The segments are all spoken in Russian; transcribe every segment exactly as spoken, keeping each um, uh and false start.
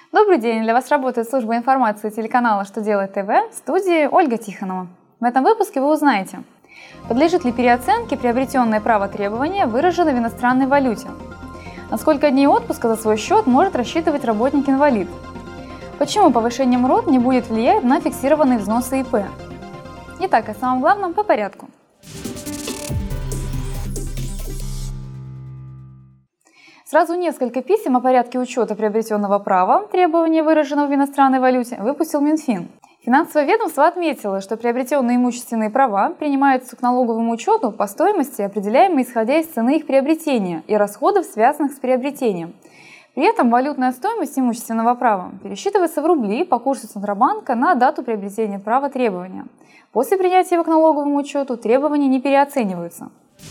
Добрый день! Для вас работает служба информации телеканала «Что делает ТВ», в студии Ольга Тихонова. В этом выпуске вы узнаете, подлежит ли переоценке приобретенное право требования, выраженное в иностранной валюте, на сколько дней отпуска за свой счет может рассчитывать работник-инвалид, почему повышение МРОТ не будет влиять на фиксированные взносы ИП. Итак, о самом главном по порядку. Сразу несколько писем о порядке учета приобретенного права, требования, выраженного в иностранной валюте, выпустил Минфин. Финансовое ведомство отметило, что приобретенные имущественные права принимаются к налоговому учету по стоимости, определяемой исходя из цены их приобретения и расходов, связанных с приобретением. При этом валютная стоимость имущественного права пересчитывается в рубли по курсу Центробанка на дату приобретения права требования. После принятия его к налоговому учету требования не переоцениваются.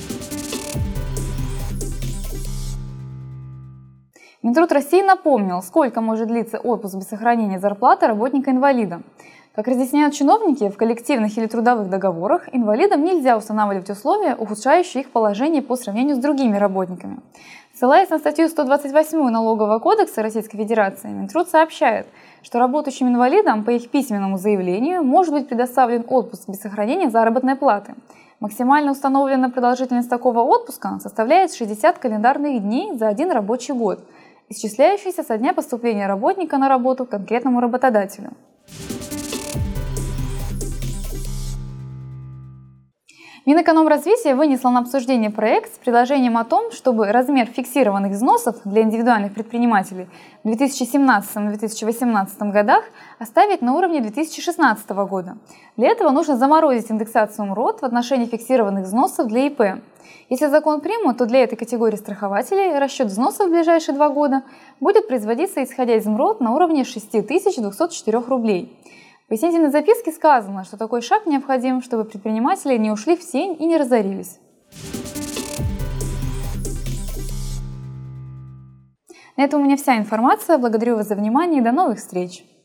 Минтруд России напомнил, сколько может длиться отпуск без сохранения зарплаты работника-инвалида. Как разъясняют чиновники, в коллективных или трудовых договорах инвалидам нельзя устанавливать условия, ухудшающие их положение по сравнению с другими работниками. Ссылаясь на статью сто двадцать восемь Налогового кодекса Российской Федерации, Минтруд сообщает, что работающим инвалидам по их письменному заявлению может быть предоставлен отпуск без сохранения заработной платы. Максимально установленная продолжительность такого отпуска составляет шестьдесят календарных дней за один рабочий год, исчисляющийся со дня поступления работника на работу к конкретному работодателю. Минэкономразвития вынесло на обсуждение проект с предложением о том, чтобы размер фиксированных взносов для индивидуальных предпринимателей в две тысячи семнадцатом — две тысячи восемнадцатом годах оставить на уровне две тысячи шестнадцатого года. Для этого нужно заморозить индексацию МРОТ в отношении фиксированных взносов для ИП. Если закон примут, то для этой категории страхователей расчет взносов в ближайшие два года будет производиться исходя из МРОТ на уровне шесть тысяч двести четыре рублей. В пояснительной записке сказано, что такой шаг необходим, чтобы предприниматели не ушли в тень и не разорились. На этом у меня вся информация. Благодарю вас за внимание и до новых встреч!